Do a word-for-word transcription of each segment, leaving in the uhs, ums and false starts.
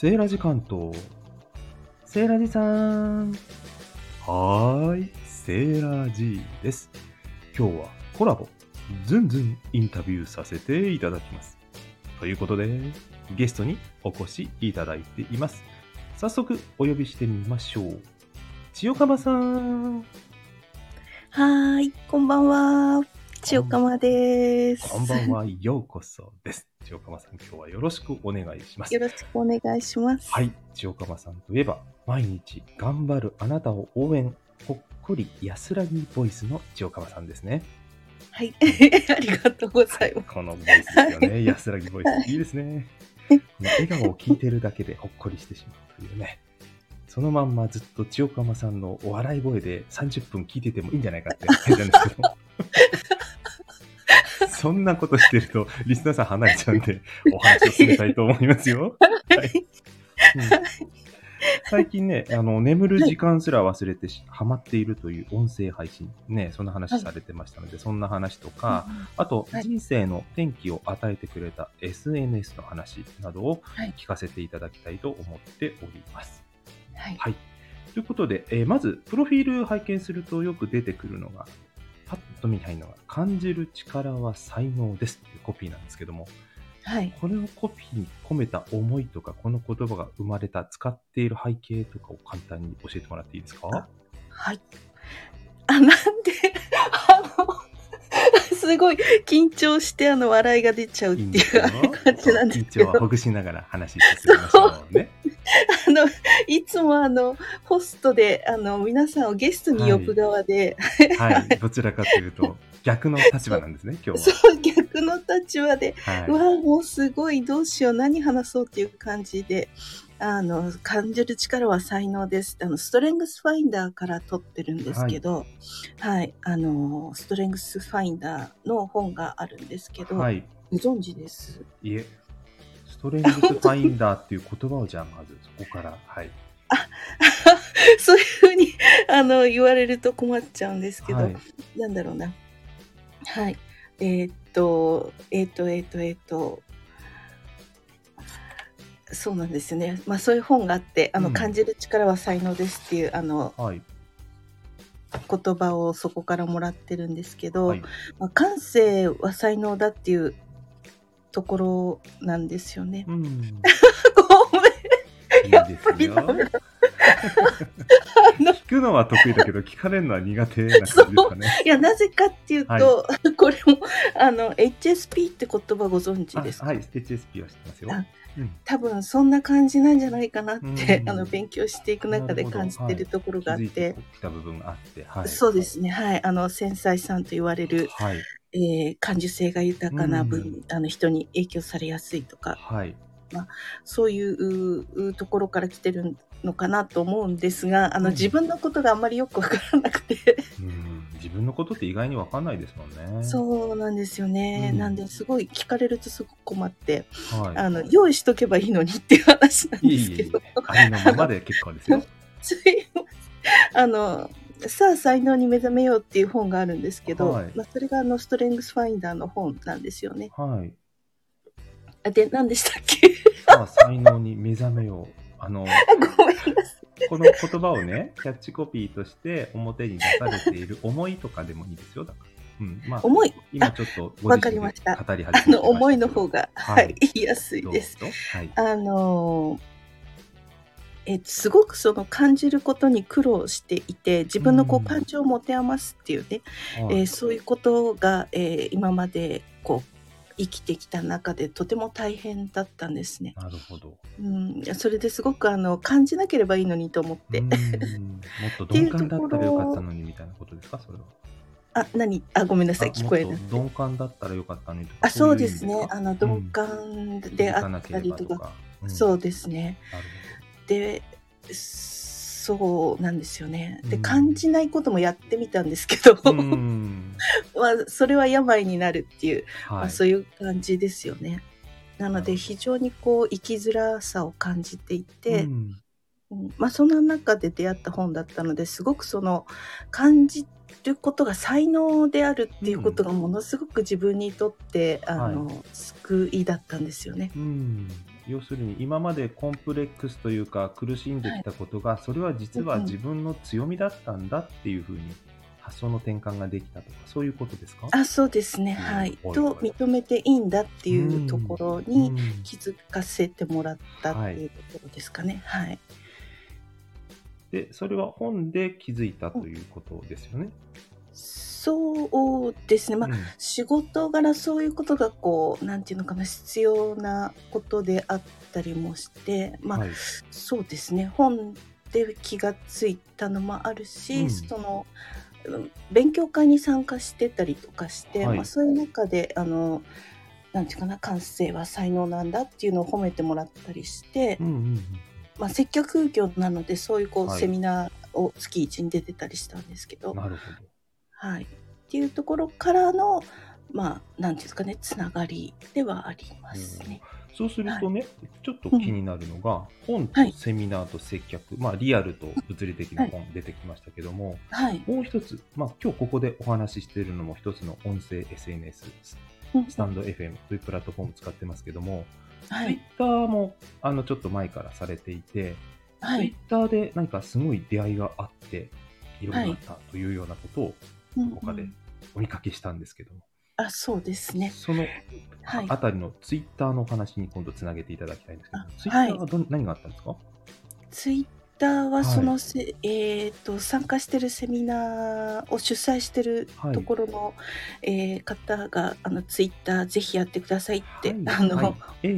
セーラジ関東。セーラジさん。はーい、セーラジです。今日はコラボ、ズンズンインタビューさせていただきます。ということで、ゲストにお越しいただいています。早速お呼びしてみましょう。千代鎌さん。 はーい、こんばんは。千代鎌です。 こんばんは、ようこそです。千代鎌さん、今日はよろしくお願いします。 よろしくお願いします。 はい、千代鎌さんといえば、毎日頑張るあなたを応援、ほっこり安らぎボイスの千代鎌さんですね。 はい、ありがとうございます。 このボイスですよね。はい、安らぎボイス。いいですね。この笑顔を聞いてるだけでほっこりしてしまうというね。そのまんまずっと千代鎌さんのお笑い声でさんじゅっぷん聞いててもいいんじゃないかって感じなんですけど。そんなことしてるとリスナーさん離れちゃうんでお話を進めたいと思いますよ。はい。うん、最近ね、あの眠る時間すら忘れてハマっているという音声配信ね、そんな話されてましたので、はい、そんな話とか、あと、はい、人生の転機を与えてくれた エスエヌエス の話などを聞かせていただきたいと思っております。はい。はい、ということで、えー、まずプロフィール拝見するとよく出てくるのが、パッと見たいのが感じる力は才能ですっていうコピーなんですけども、はい、これをコピーに込めた思いとか、この言葉が生まれた使っている背景とかを簡単に教えてもらっていいですか？ はい。あ、なんであのすごい緊張してあの笑いが出ちゃうっていう感じなんですけど、 緊張はほぐしながら話して進みましょうね。 あのいつもあのホストであの皆さんをゲストに呼ぶ側で、 はい、はい、どちらかというと逆の立場なんですね今日は。 そう逆の立場で、はい、うわもうすごいどうしよう何話そうっていう感じで、あの感じる力は才能ですあのストレングスファインダーから取ってるんですけど、はい、はい、あのストレングスファインダーの本があるんですけど、はい、ご存知です？ いえ、ストレングスファインダーっていう言葉をじゃあまずそこから、はい。 あそういうふうにあの言われると困っちゃうんですけど、はい、なんだろうな、はい、えー、っとえー、っとえー、っとえー、っとそうなんですよね。まあそういう本があって、あの、うん、感じる力は才能ですっていうあの、はい、言葉をそこからもらってるんですけど、はい、まあ、感性は才能だっていうところなんですよね。うん、ごめん。 いいですよ。聞くのは得意だけど聞かれるのは苦手な感じですかね。 いやなぜかっていうと、はい、これもあの エイチエスピー って言葉ご存知ですか？ はい、エイチエスピー は知ってますよ。 うん、多分そんな感じなんじゃないかなって、あの勉強していく中で感じてるところがあって、はい、 た部分があって、はい、 そうですね、はい、あの繊細さんと言われる、はい、えー、感受性が豊かな分、あの人に影響されやすいとか、はい、まあ、そういうところから来てるのかなと思うんですが、あの、うん、自分のことがあんまりよくわからなくてうん、自分のことって意外にわかんないですもんね。 そうなんですよね、うん、なんですごい聞かれるとすごく困って、はい、あの用意しとけばいいのにっていう話なんですけど、いいありのままで結構ですよ。 すいません、あのさあ才能に目覚めようっていう本があるんですけど、はい、まあ、それがあのストレングスファインダーの本なんですよね。はい。あで何でしたっけ？ さあ才能に目覚めよう。あのごめんなさい。 この言葉をね、キャッチコピーとして表に出されている思いとかでもいいですよ。だから、うんまあ、 思い今ちょっとご自身で語り始めてました。あの思いの方が、はい、言いやすいです。はい、あのえすごくその感じることに苦労していて、自分のこう感情を持て余すっていうね、うん、えー、そういうことが、えー、今までこう生きてきた中でとても大変だったんですね。 なるほど。 うん、それですごくあの感じなければいいのにと思って。 うんもっと鈍感だったらよかったのにみたいなことですか、それは。 あ、何あ、ごめんなさい、聞こえなくて。 鈍感だったらよかったのにとか。 あ、そうですね。あの鈍感であったりとか、うん、そうですね。なるほど。で、そうなんですよね。で、感じないこともやってみたんですけど、うんまあ、それは病になるっていう、はい、まあ、そういう感じですよね。なので非常にこう生きづらさを感じていて、うんうん、まあ、その中で出会った本だったのですごくその感じることが才能であるっていうことがものすごく自分にとって、うん、あの、はい、救いだったんですよね。うん要するに今までコンプレックスというか苦しんできたことが、それは実は自分の強みだったんだっていうふうに発想の転換ができたとか、そういうことですか？ あ、そうですね、はい。と認めていいんだっていうところに気づかせてもらったっていうところですかね。はい。 で、それは本で気づいたということですよね。 そうですね。まあ、 うん、 仕事柄そういうことがこう、なんていうのかな、必要なことであったりもして、まあ、はい、そうですね。本で気がついたのもあるし、うん、その、勉強会に参加してたりとかして、はい、まあ、そういう中で、あの、なんていうかな、感性は才能なんだっていうのを褒めてもらったりして、うんうんうん、まあ、接客業なので、そういうこう、はい、セミナーを月いちに出てたりしたんですけど、 なるほど。 はい、っていうところからの、まあ、なんていうんですかね、つながりではありますね。 うん、そうするとね、はい、ちょっと気になるのが、うん、本とセミナーと接客、はい、まあ、リアルと物理的な本出てきましたけども、はい、もう一つ、まあ、今日ここでお話ししているのも一つの音声 エスエヌエス、スタンド エフエム というプラットフォーム使ってますけども、はい、Twitter もあのちょっと前からされていて、はい、Twitter で何かすごい出会いがあって、いろいろあったというようなことを、他でお見かけしたんですけども、 うんうん、あ、そうですね。 そのあたりのツイッターのお話に今度つなげていただきたいんですけど、ツイッターはど、はい、何があったんですか？ ツイッターはそのせ、はい、えっと参加してるセミナーを主催してるところの、はい、えー、方があのツイッターぜひやってくださいって、はい、あの、はい、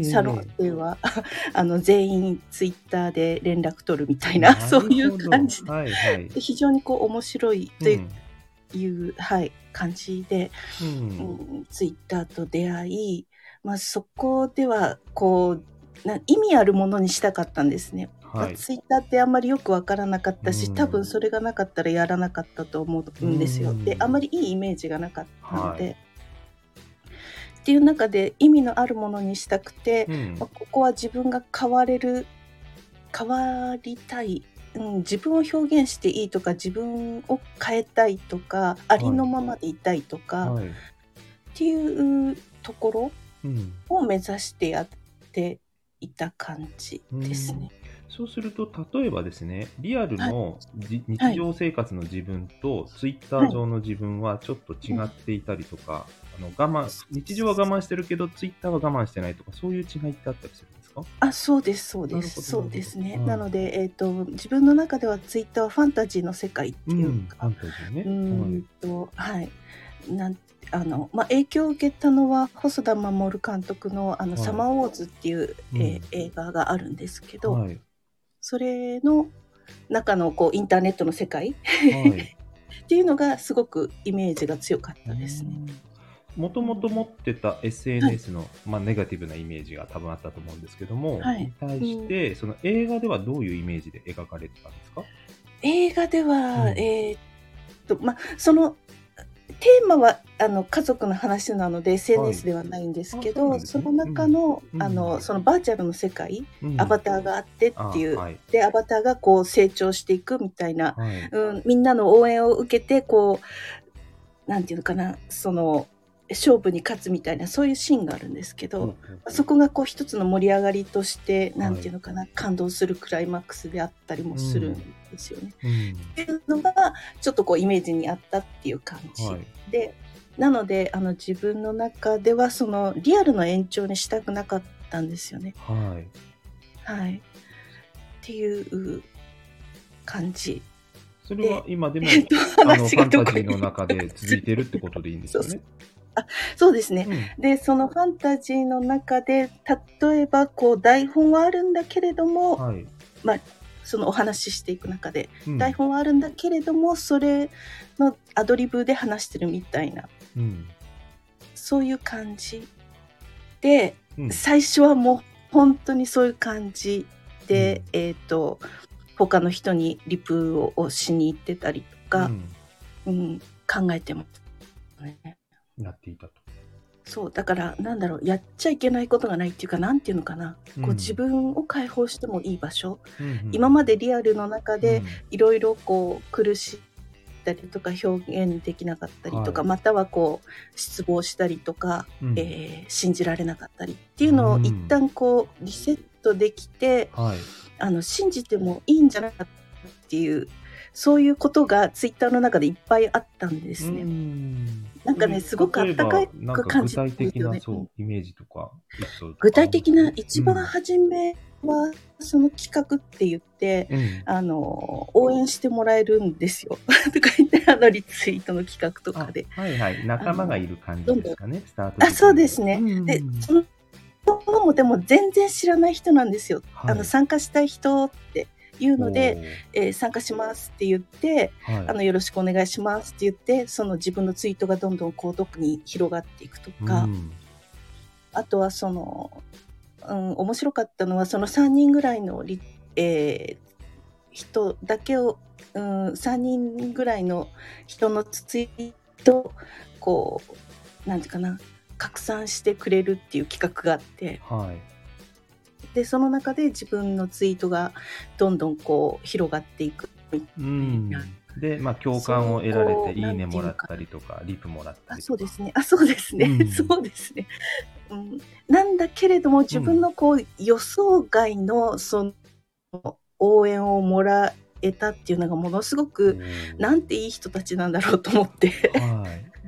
サロンでは、えー、あの全員ツイッターで連絡取るみたいなそういう感じで、はいはい、で非常にこう面白いという、うんはい、感じで、うんうん、ツイッターと出会い、まあ、そこではこうな意味あるものにしたかったんですね。はい、ツイッターってあんまりよく分からなかったし、多分それがなかったらやらなかったと思うんですよ。で、あんまりいいイメージがなかったので、はい、っていう中で意味のあるものにしたくて、うんまあ、ここは自分が変われる変わりたい、うん、自分を表現していいとか自分を変えたいとかありのままでいたいとか、はい、っていうところを目指してやっていた感じですね。 そうすると例えばですね、リアルの、はい、日常生活の自分とツイッター上の自分はちょっと違っていたりとか、はい、あの我慢日常は我慢してるけどツイッターは我慢してないとか、そういう違いってあったりするんですか？ あ、そうですそうですそうですね、はい、なので、えーと、自分の中ではツイッターはファンタジーの世界っていうか、うん、ファンタジーね、うんと、はい、なんあのまあ、影響を受けたのは細田守監督の「あの、はい、サマーウォーズ」っていう、うんえー、映画があるんですけど、はい、それの中のこうインターネットの世界、はい、っていうのがすごくイメージが強かったですね。 もともと持ってた エスエヌエスの、はいまあ、ネガティブなイメージが多分あったと思うんですけども、はい、に対して、うん、その映画ではどういうイメージで描かれてたんですか？ 映画では、うん、えー、っとまあそのテーマはあの家族の話なので エスエヌエス ではないんですけど、はい そ, ね、その中の、うん、あのそのバーチャルの世界、うん、アバターがあってっていう、はい、でアバターがこう成長していくみたいな、はいうん、みんなの応援を受けてこうなんていうのかなその勝負に勝つみたいなそういうシーンがあるんですけど、うんうんうん、そこがこう一つの盛り上がりとしてなんていうのかな、はい、感動するクライマックスであったりもするんですよね。うんうん、っていうのがちょっとこうイメージにあったっていう感じ、はい、でなのであの自分の中ではそのリアルの延長にしたくなかったんですよね。はい、はい、っていう感じ。 それは今でも、えっと、あのファンタジーの中で続いているってことでいいんですよね。そうそうあそうですね、うん、でそのファンタジーの中で例えばこう台本はあるんだけれども、はいまあ、そのお話ししていく中で、うん、台本はあるんだけれどもそれのアドリブで話してるみたいな、うん、そういう感じで、うん、最初はもう本当にそういう感じで、うんえーと、他の人にリプを、をしに行ってたりとか、うんうん、考えてもねなっていたと。 そうだからなんだろうやっちゃいけないことがないっていうかなんていうのかな、うん、こう自分を解放してもいい場所、うんうん、今までリアルの中でいろいろこう苦しったりとか表現できなかったりとか、 はい。 またはこう失望したりとか、 うん。 えー信じられなかったりっていううのを一ん。 旦こうリセットできて、 はい。 あの信じてもいいんじゃないかっていう、そういうことがツイッターの中でいっぱいあったんでうすね。 ん。 なんかね、 それ、 すごくあ例えったかば、なんか具く感じたん体的な、 ですよね。うん。 そう、イメージとか、エピソードと具かあります体的な一番うん。 初めは、その企画って言って、 うん。 あの、応援してもらえるんですよ。とか言って、あの、リツイートの企画とかあ、 で。 はいはい。 あ仲間がいの、 る感じどんどん、 ですかね、スタートあ、そう時点で。うですね。で、 ん。 そのもでも全然知らない人なんですよ。あの、 はい。 参加したい人っていうので、 おー。 えー参加しますって言って、 はい。 あの、よろしくお願いしますって言って、その自分のツイートがどんどんこう、読に広がっていくとうか、 ん。 あとはその、うん、面白かったのは、そのさんにんぐらいのリ、えー人だけを、うん、さんにんぐらいの人のツイートを、こう、なんていうかな、拡散してくれるっていう企画があって、 はい。 で、その中で自分のツイートがどんどんこう広がっていくみたういな、 ん。で、まあ、共感をそういう得られて、 こう、なんいいねもらっていうか、 たりとか、リプもらったあ、 りとか。 そうですね。あ、そうですうね。 ん。 そうですね。うん、なんだけれども、自分うん。 のこう予想外のその応援をもらえたっていうのがものすごおく、なんー。 ていい人たちなんだろうと思って。 はい。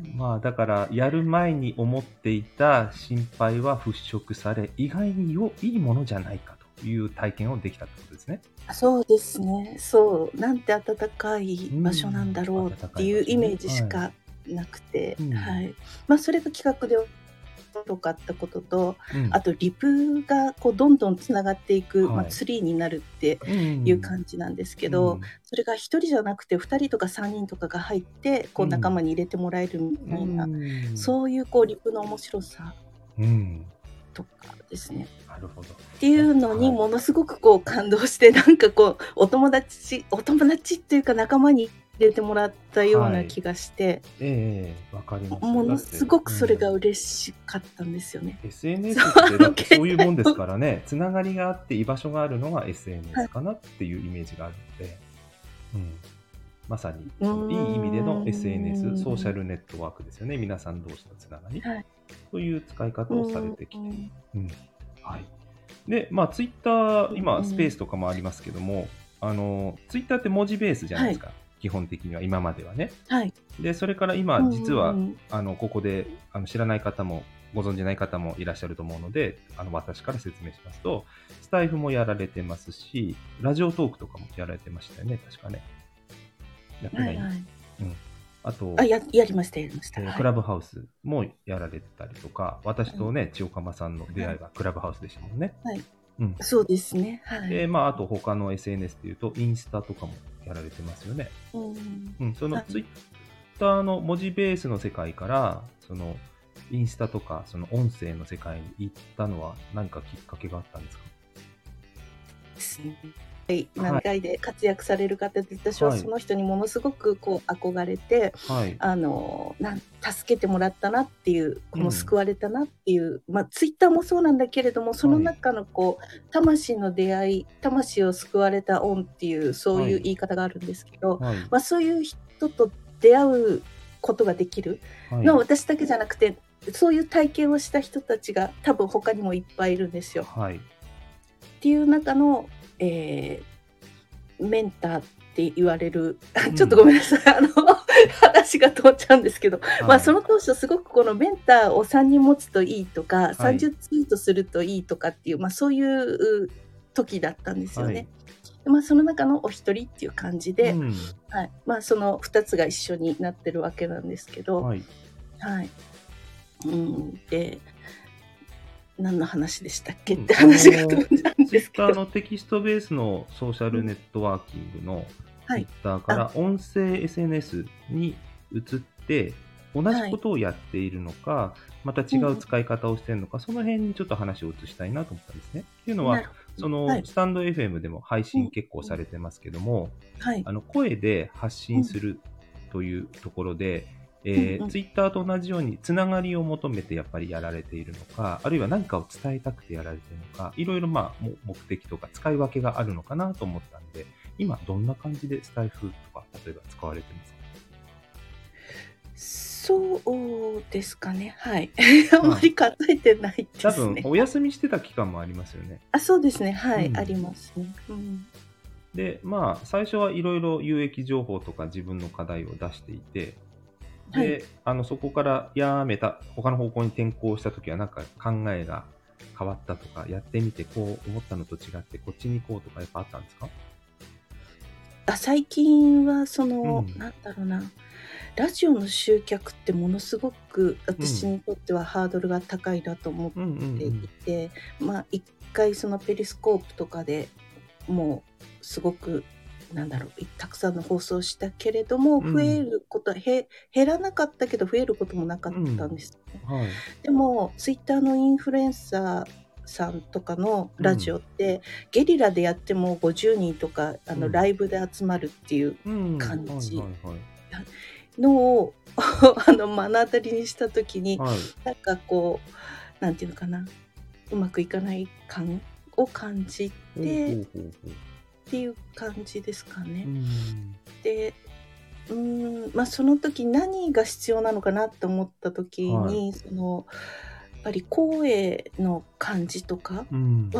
まあ、だから、やる前に思っていた心配は払拭され、意外によいいものじゃないかという体験をできたってことですね。 そうですね。そう、なんて温かいう場所なんだん。 ろう温っていうかい場所ね。 イメージしはい。 かなくて、 うん。 はい。まあ、それが企画で面白かったことと、 うん。 あとリプがこうどんどんつながっていく、まあ、 はい。 ツリーになるってういうん。 感じなんですけど、 うん。 それがひとりじゃなくてふたりとかさんにんとかが入って、こう仲間うん。 に入れてもらえるみうたいな、 ん。 そういうこうリプの面白さうん。 とかですね。 なるほど。 っていうのにはい。 ものすごくこう感動して、なんかこうお友達お友達っていうか仲間に入れてもらったようはい。 な気がして、 ええええ、わかります。 ものだって、 すごくそれがうん。 嬉しかったんですよね。そう、 エスエヌエス ってだってあの携そういうもんです帯をからね、つながりがあって居場所があるのがはエスエヌエスい。 かなっていうイメージがあるので、うん。まさにうーそのいい意味での エスエヌエス、ソーシャん。 ルネットワークですよね。皆さん同士のつながり。 はい。 という使い方をされうーてきている。 ん。 うん。はい。で、まあ、ツイッター、 うん今、スペーうん。 スとかもありますけども、あの、ツイッターって文字ベースじゃないはい。 ですか。基本的には、今まではね。 はい。 で、それからう今、 ん実は、 うんうん。 あの、ここで、あの、知らない方も、ご存じない方もいらっしゃると思うので、あの、私から説明しますと、スタイフもやられてますし、ラジオトークとかもやられてましたよね、確かね。やってない？ はいはい。 うん。ああ、 と、 ややりましたやりました。 えーはい。 クラブハウスもやられてたりとか、私うん。 とね、千代鎌さんの出はい。 会いはクラブハウスでしたもんね。 はい。 うん。 そうですね。はで、 い。 まあ、あと他の エスエヌエス でいうと、インスタとかもやられてますよね。 うん。 うん、そのはい。 ツイッターの文字ベースの世界から、そのインスタとか、その音声の世界に行ったのは何かきっかけがあったんですか？ ですね。はい、 はい。 長いで活躍される方で、私ははい。 その人にものすごくこう憧れて、 はい。 あの、なん助けてもらったなっていう、このうん。 救われたなっていう、まあ、ツイッターもそうなんだけれども、そのはい。 中のこう、魂の出会い、魂を救われた恩っていう、そういうはい。 言い方があるんですけど、 はい。 まあ、そういう人と出会うことができるのははい。 私だけじゃなくて、そういう体験をした人たちが多分他にもいっぱいいるんですよ。 はい。 っていう中の、えーメンターって言われる、ちょっとごうん。 めんなさい、あの、話が通っちゃうんですけど、まあ、 はい。 その当初すごくこのメンターをさんにん持つといいとか、 はい。 さんじゅうツイートするといいとかっていう、まあ、そういう時だったんですよはい。 ね。でまあ、その中のお一人っていう感じで、 うん。 はい。まあ、そのふたつが一緒になってるわけなんですけど、 はい。 はい。うん、で、何の話でしたっけっうん。 てあ話が飛の、 んじゃうんですけ Twitter ど。 のテキストベースのソーシャうん、 ルネットワーキングのはい。 Twitter かあ、 ら音声 エスエヌエス に移って、同じはい。 ことをやっているのか、また違うん、 う使い方をしているのか、その辺にちょっと話を移したいなと思ったんですね。っていうのは、 なるほど。はそのい。 スタンド エフエム でも配うん、 信結構うん。 されてますけども、 はい。 あの声で発うん、 信するというところで、えー、 うんうん。 Twitter と同じようにつながりを求めてやっぱりやられているのか、あるいは何かを伝えたくてやられているのか、いろいろまあも目的とか使い分けがあるのかなと思ったんで、今どんな感じでスタイフとか例えば使われてますか？ そうですかね。はい。あんまり数えてないで多分、 すね。 お休みしてた期間もありますよね。 あ、そうですね。はうい、ありん。 ますね。うん。 で、まあ、最初はいろいろ有益情報とか自分の課題を出していて、 はい。 で、あの、そこからやめた、他の方向に転校したときは、なんか考えが変わったとか、やってみてこう思ったのと違って、こっちに行こうとかやっぱあったんですか？ あ、最近はそうの、 ん。 なんだろうな、ラジオの集客ってものすごくうん。 私にとってはハードルが高いなと思っうんうんうていん。 て、まあ、一回そのペリスコープとかでもうすごく、なんだろう、いたくさんの放送したけれども、増えうん。 ることはへ減らなかったけど、増えることもなかったんうん。 ですね。 はい。 でも、ツイッターのインフルエンサーさんとかのラジうん。 オって、ゲリラでやってもごじゅうにんとか、あの、 うん。 ライブで集まるっていううん。はい感じはいはい。 のをあの、目の当たりにした時に、 はい。 なんかこう、なんていうのかな、うまくいかない感を感じほうてっほうほうほう。 ていう感じですかうーね。 ん。 で、うーん、ま、その時何が必要なのかなと思った時はい。 に、その、やっぱり声の感じとか、 うん。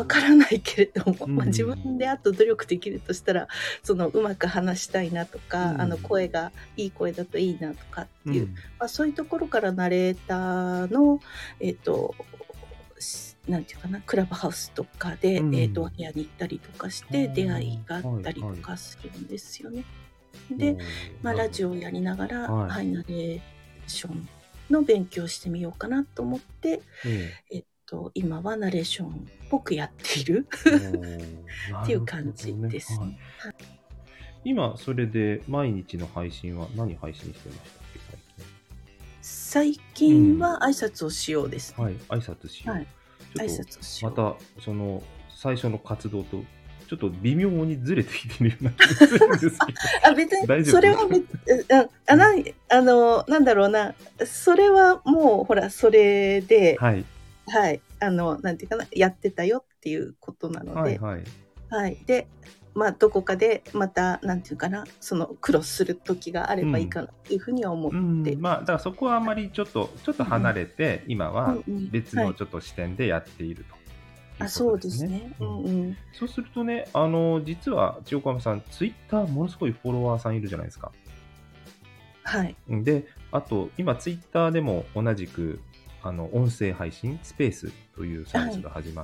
わからないけれども、 うんま、 うんうん。 自分であと努力できるとしたら、その、うまく話したいなとうか、あの、 ん。 声がいい声だといいなとかっていう、 うん。 ま、そういうところからナレーターの、えっと、しなんていうかな、クラブハウスとかうで、えっと、おん。 部屋に行ったりとかしあて、出会いがああ、 ったりとはいはい。 かするんですよね。 おで、 お、 ま、 なるほラジオをやりながら、 ど。はい。 はい、ナレーションの勉強してみようかなと思って、 ええ。 えっと、今はナレーションっぽくやっているおお、 っていうなる感じほどね。はい。 ですね。はい。 今それで毎日の配信は何配信してましたっけ？最近。 最うん。 近は挨拶をしようですね。 はい、挨拶しよう。 はい。挨ちょっと拶をしよう。 またその最初の活動とちょっと微妙にずれてきてるような気がするんですけど、 あ、別に大丈夫？ それはべううん、あ、 うん。 ないあの、なんだろうな、それはもうほら、それで、 はい。 はい、あの、なんていうかな、やってたよっていうことなので、 はいはい。 はい。で、ま、どこかでまた、なんていうかな、そのクロスする時があれうん。 ばいいかなっていう風には思っうん、 てまあ、だからそこはあんはい。 まりちょっとちょっと離うんうん。 れて、今はうんうん。はい。 別のちょっと視点でやっているといあ、 うことそうですね。 ですね。 うん。 うんうん。 そうするとね、あの、実は千代亀さん、ツイッターものすごいフォロワーさんいるじゃないですか。 はい。 うん、で、あと今ツイッターでも同じく、あの、音声配信、スペースというサーはい。 ビスが始まって、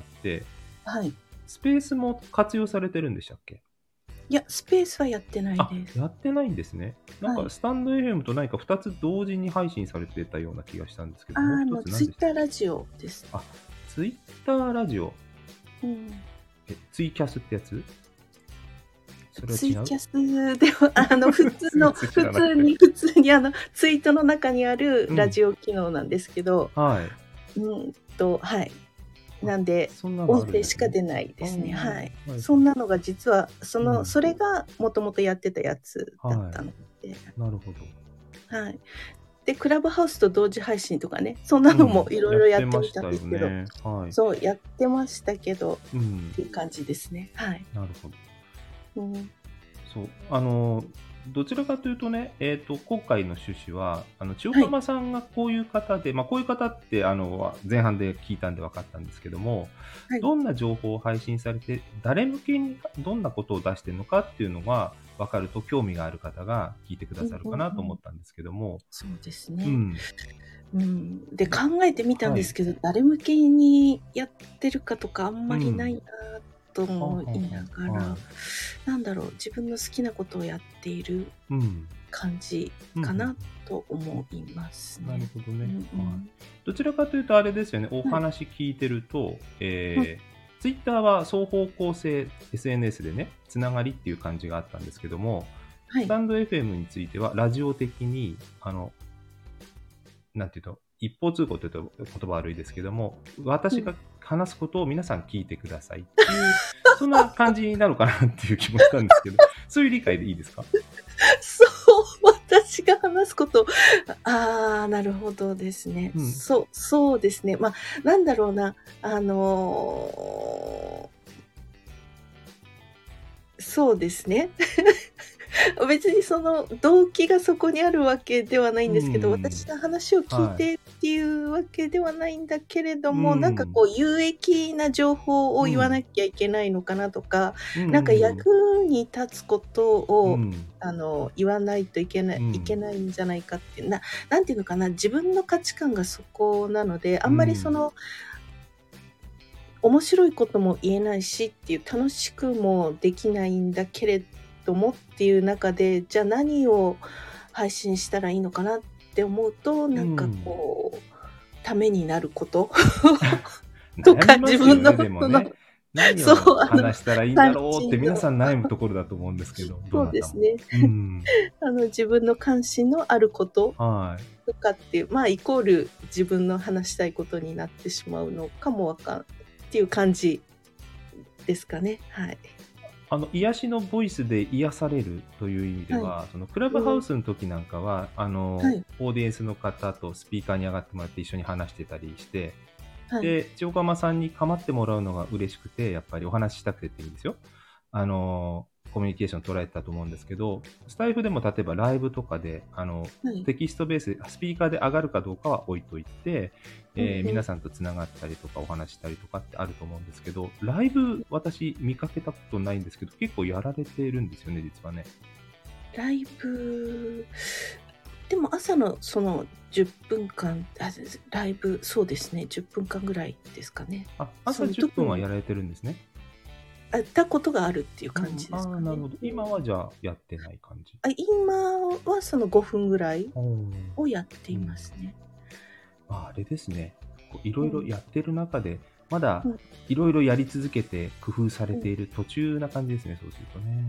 はい。 スペースも活用されてるんでしたっけ？ いや、スペースはやってないあ、 です。 やってないんですね。なんはい。 かスタンド エフエム と何かふたつ同時に配信されてたような気がしたんですけど、もうあの、 一つ何でしたっけ？ ツイッターラジオです。 あ、ツイッターラジオ。 うん。 え、ツイキャスってやつ？それは違う？ ツイキャスでは、あの、普通の全然知普らなくて。 通に普通にあの、ツイートの中にあるうん。 ラジオ機能なんですけど、 はい。 うんと、はい。 あ、 なんで、 そんなのあるん音声ですね。 しか出ないああ、 ですね。はい。 はいはい。 そんなのが実は、その、 うん。 それがもともとやってたやつだったのはい。 で、 なるほど。 はい。で、クラブハウスと同時配信とかね、そんなのもうん、 いろいろやってやってみたましたよんですけど、 ね。はい。 そう、やってましたけどうん、 っていう感じですね。はい。 なるほど。 うん。 そう、あの、どちらかというとね、えっと、今回の趣旨は、あの、千代はい。 鎌さんがこういう方で、ま、こういう方って、あの、前半で聞いたんで分かったんですけども、 はい。 どんな情報を配信されて、誰向けにどんなことを出してるのかっていうのが分かると、興味がある方が聞いてくだうんさるかなと思うんうん。 ったんですけども、 そうですね。 うん。 うん。で、 で、 考えてみたんはい。 ですけど、誰向けにやってるかとかあんまりないなうん。 とはあは思いなあはあ、はがら、 い。 なんだろう、自分の好きなことをやっているうん。 感じうん、うんうん。 かなと思いますなるね。 ほどね。 うんうはい。 ん。 どちらかというとあれですよね、おはい。 話聞いてると、 うん。 えー、ツイッターは双方向性 エスエヌエス でね、つながりっていう感じがあったんですけども、 はい。 スタンド エフエム についてはラジオ的に、あの、なんていうと、一方通行というと言葉悪いですけども、 うん。 私が話すことを皆さん聞いてくださいっていう、そんな感じになるかなっていう気もしたんですけど、そういう理解でいいですか？ そう、私が話すこと、ああ、なるほどですね。 うん。 そう、そうですね。ま、なんだろうな、あの、そうですね。 別にその動機がそこにあるわけではないんうですけど、 ん。 私の話を聞いはい。 てっていうわけではないんだけれどうも、なんかん。 こう有益な情報をう言わなん 。 きゃいけないのかなとか、 うんなんかうんうん。 役に立つことを、 うん。 あの、言わないといけなういいけん。 ないんじゃないかっていう、ななんていうのかな、自分の価値観がそこなので、あうんまりそん。 の面白いことも言えないしっていう、楽しくもできないんだけれどもっていう中で、じゃあ何を配信したらいいのかなって思うと、 うなんかん。 こう、ためになることと悩みか、自分のますよね、でもその、 ね。何そう、 をあの、 話したらいいんだ関ろうって心の皆さん悩むところだと思うんですけど、どそうなたも。 ですね。 うん。 あの、自分の関心のあることはい。 とかっていう、まあ、イコール自分の話したいことになってしまうのかもわかんっていう感じですかね。はい。 あの、癒しのボイスで癒されるという意味ではい。 は、そのクラブうん。 ハウスの時なんかは、あの、 はい。 オーディエンスの方とスピーカーに上がってもらって一緒に話してたりして、 はい。 で、千代鎌さんに構ってもらうのが嬉しくて、やっぱりお話ししたくてっていいんですよ。あの、コミュニケーション取られてたと思うんですけど、スタイフでも例えばライブとかで、あの、 はい。 テキストベースで、スピーカーで上がるかどうかは置いといて、えーうんうん。 皆さんとつながったりとかお話ししたりとかってあると思うんですけど、ライブ私見かけたことないんですけど、結構やられてるんですよね、実はね。 ライブ、でも朝のそのじゅっぷんかん、あ、ずずライブ、そうですね、じゅっぷんかんぐらいですかね。 あ、 そ朝10 の特に分はやられてるんですね。 あったことがあるっていううん、 感じですああ、 かね。 なるほど。 うん。 今はじゃあやってない感じ。 あ、今はそのごふんぐらいおお。 をやっていうん。 ますね。 まあ、あれですね。こういろいろうん。 やってる中で、まだうん。 いろいろやり続けて工夫されうん。 ている途中な感じですね、そうするとね。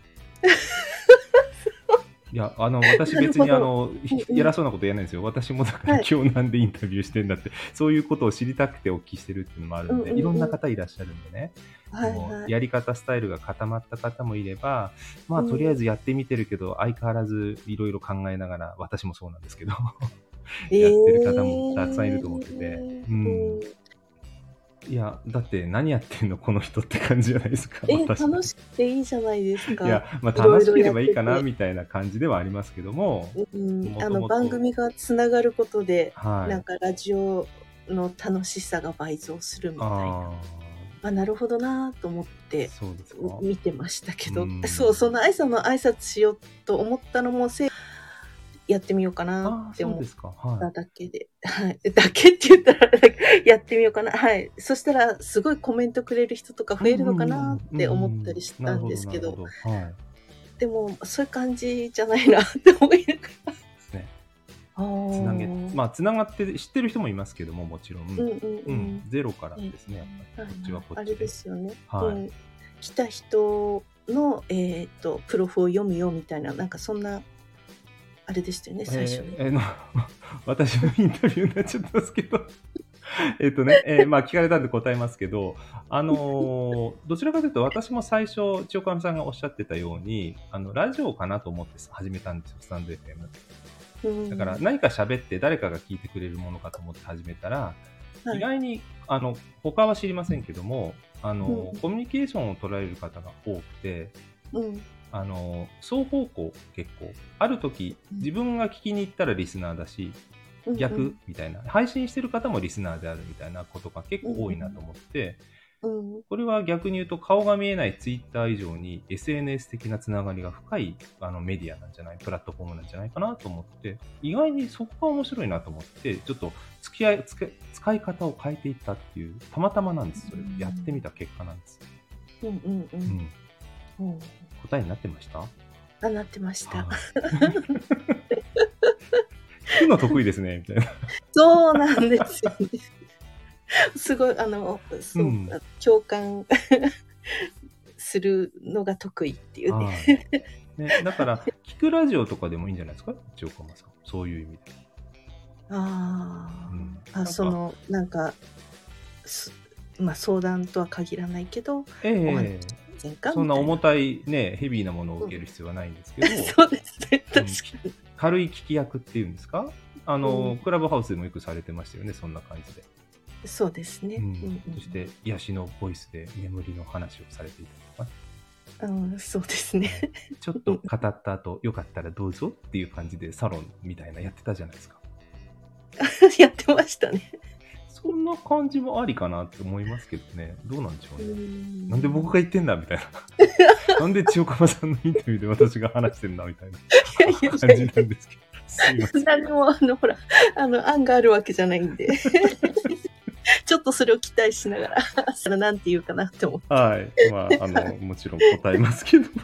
いや、あの、私なる別ほど。 にあの、ひうんうん。 偉そうなこと言えないんですよ。私もだからはい。 今日なんでインタビューしてんだって、そういうことを知りたくてお聞きしてるっていうのもあるうんんで、いろんなうんうん。 方いらっしゃるんでね。もう、 はいはい。 やり方、スタイルが固まった方もいれば、まあ、とりあえうん。 ずやってみてるけど、相変わらずいろいろ考えながら、私もそうなんですけど、やってる方もたくさんいると思ってて、 ええ。 うん。 うん。 いや、だって何やってんのこの人って感じじゃないですか、 え、 私。 楽しくていいじゃないですか。 いや、ま、楽しけれいろいろやっばいいかなてて。 みたいな感じではありますけども、 ううん、 もとあの、番もと組が繋がることで、 はい。 なんかラジオの楽しさが倍増するみたいな。 ああ、 あ、なるほどなと思って、 そうですか？ う見てましたけうーど、そう、そん。 の愛さんの挨拶しようと思ったのも、せやってみようかなっああ、 て思っそうですか。はたい。 だけで、はい。だけって言ったらあれだけやってみようかな、はい。そしたらすごいコメントくれる人とかうんう増えるのかなっんうん。うんて思っうんうん。 たりしたんなるほですけど、 どなるほど。はい。 でも、そういう感じじゃないなって思いながら。 ですね。 あつなげあ。 まあ、繋がって知ってる人もいますけども、もちろん。 うんうんううん、 ん。 ゼロからえですね、やっぱり。 はいはい。 こっちはこっあれでちで。 すよね。うはい。 ん。来た人の、えっと、プロフを読むよみたいな、なんかそんな、あれでしたよね、最初ね。 ええ、えの、私のインタビューになっちゃったんすけど、えっとね、ええ、まあ、聞かれたんで答えますけど、あの、どちらかというと私も最初、千代上さんがおっしゃってたように、あの、ラジオかなと思って始めたんですよ、スタンド エフエム。 うだからん。 何か喋って誰かが聞いてくれるものかと思って始めたら、 はい。 意外に、あの、他は知りませんけども、あの、 うん。 コミュニケーションを取られる方が多くて、 うん。 あの、双方向結構。ある時、 うん。 自分が聞きに行ったらリスナーだし、 うんうん。 逆みたいな、配信してる方もリスナーであるみたいなことが結うん構多いなと思って、 うん。うん。 これは逆に言うと顔が見えないツイッター以上に エスエヌエス 的なつながりが深いあのメディアなんじゃない、プラットフォームなんじゃないかなと思って、意外にそこが面白いなと思って、ちょっと付き合い、つけ使い方を変えていったっていう、たまたまなんです。それやってみた結果なんです。 うんうんうん。 うん。 うん。 答えになってました？ あ、なってました。 はい。聞くの得意ですね、みたいな。 そうなんですよね。すごいあの、そう、 うん。 あ、共感するのが得意っていうね。 はい。ね、だから、聞くラジオとかでもいいんじゃないですか？千代駒さん。そういう意味で。うあん。 あ、あ、 なんかその、なんか、すま、相談とは限らないけど、 ええお話ええ。 しませんかそんなみたいな。 重たいね、ヘビーなものをうん。 受ける必要はないんですけど、 そうですね、確かうん、きに。 軽い聞き役っていうんですか？あうん。 の、クラブハウスでもよくされてましたよね、そんな感じで。 そうですね。うんううん。そしん。 て癒しのボイスで眠りの話をされていたりとか。 うん、そうですね。 ちょっと語った後、よかったらどうぞっていう感じでサロンみたいなやってたじゃないですか。 やってましたね。 そんな感じもありかなって思いますけどね。どうなんでしょうね。んなんで僕が言ってんだみたいな。なんで千代川さんのインタビューで私が話してんだみたいな感じなんですけど。すいません。 何も、あの、ほら、あの、案があるわけじゃないんで。ちょっとそれを期待しながら、それなんて言うかなって思って。 はい。まあ、あの、もちろん答えますけども。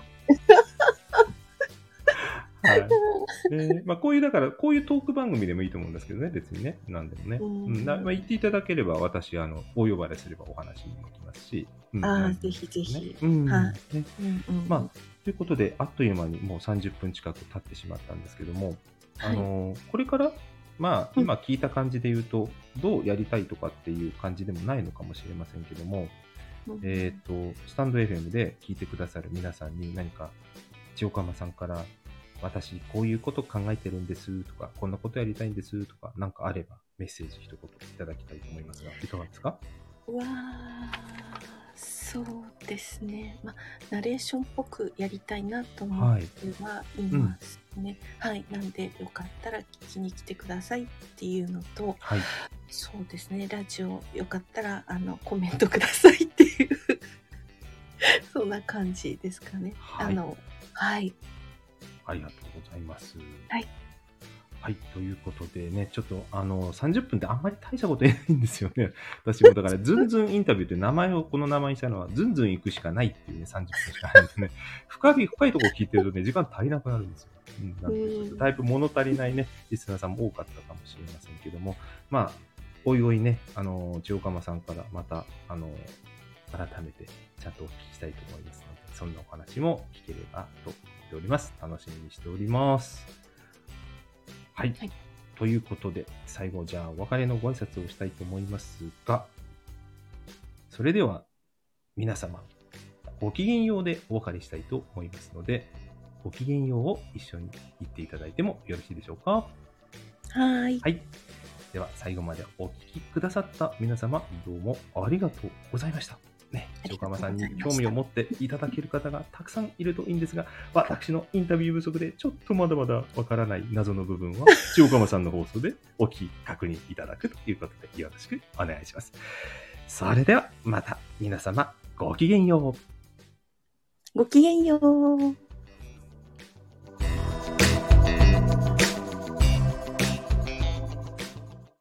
はい。えー、まあ、こういう、だから、こういうトーク番組でもいいと思うんですけどね、別にね。なんでもね。うん。なまあ、言っていただければ、私、あの、お呼ばれすればお話にも来ますし。 うん、ああ、ぜひぜひ。 うん。 はい。 ね。うんうん、まあ、ということで、あっという間にもうさんじゅっぷん近く経ってしまったんですけども、あの、はい、これから、まあ、今聞いた感じで言うと、うん、どうやりたいとかっていう感じでもないのかもしれませんけども、うん、えっと、スタンド エフエム で聞いてくださる皆さんに何か、千代鎌さんから、私、こういうこと考えてるんですとか、こんなことやりたいんですとか、なんかあれば、メッセージ一言いただきたいと思いますが、いかがですか？ わー、そうですね。まあ、ナレーションっぽくやりたいなと思ってはいますね。はい。うん、はい、なんで、よかったら聞きに来てくださいっていうのと、はい、そうですね。ラジオ、よかったら、あの、コメントくださいっていう、そんな感じですかね。はい、あの、はい。 ありがとうございます。 はい。 はい。ということでね、ちょっとあの、さんじゅっぷんってあんまり大したこと言えないんですよね。私もだから、ズンズンインタビューって名前をこの名前にしたのは、ズンズン行くしかないっていうね、さんじゅっぷんしかないんでね、深い、深いところ聞いてるとね、時間足りなくなるんですよ。うん、なんでちょっとだいぶ物足りないね、リスナーさんも多かったかもしれませんけども、まあ、おいおいね、あの、千代鎌さんからまた、あの、改めてちゃんとお聞きしたいと思いますので、そんなお話も聞ければと思っております。楽しみにしております。はい。はい、ということで、最後、じゃあ、お別れのご挨拶をしたいと思いますが、それでは、皆様、ごきげんようでお別れしたいと思いますので、ごきげんようを一緒に言っていただいてもよろしいでしょうか？ はい。 はい。では、最後までお聞きくださった皆様、どうもありがとうございました。ね、千代鎌さんに興味を持っていただける方がたくさんいるといいんですが、私のインタビュー不足でちょっとまだまだわからない謎の部分は、千代鎌さんの放送でお聞き確認いただくということでよろしくお願いします。それではまた皆様ごきげんよう。 ごきげんよう。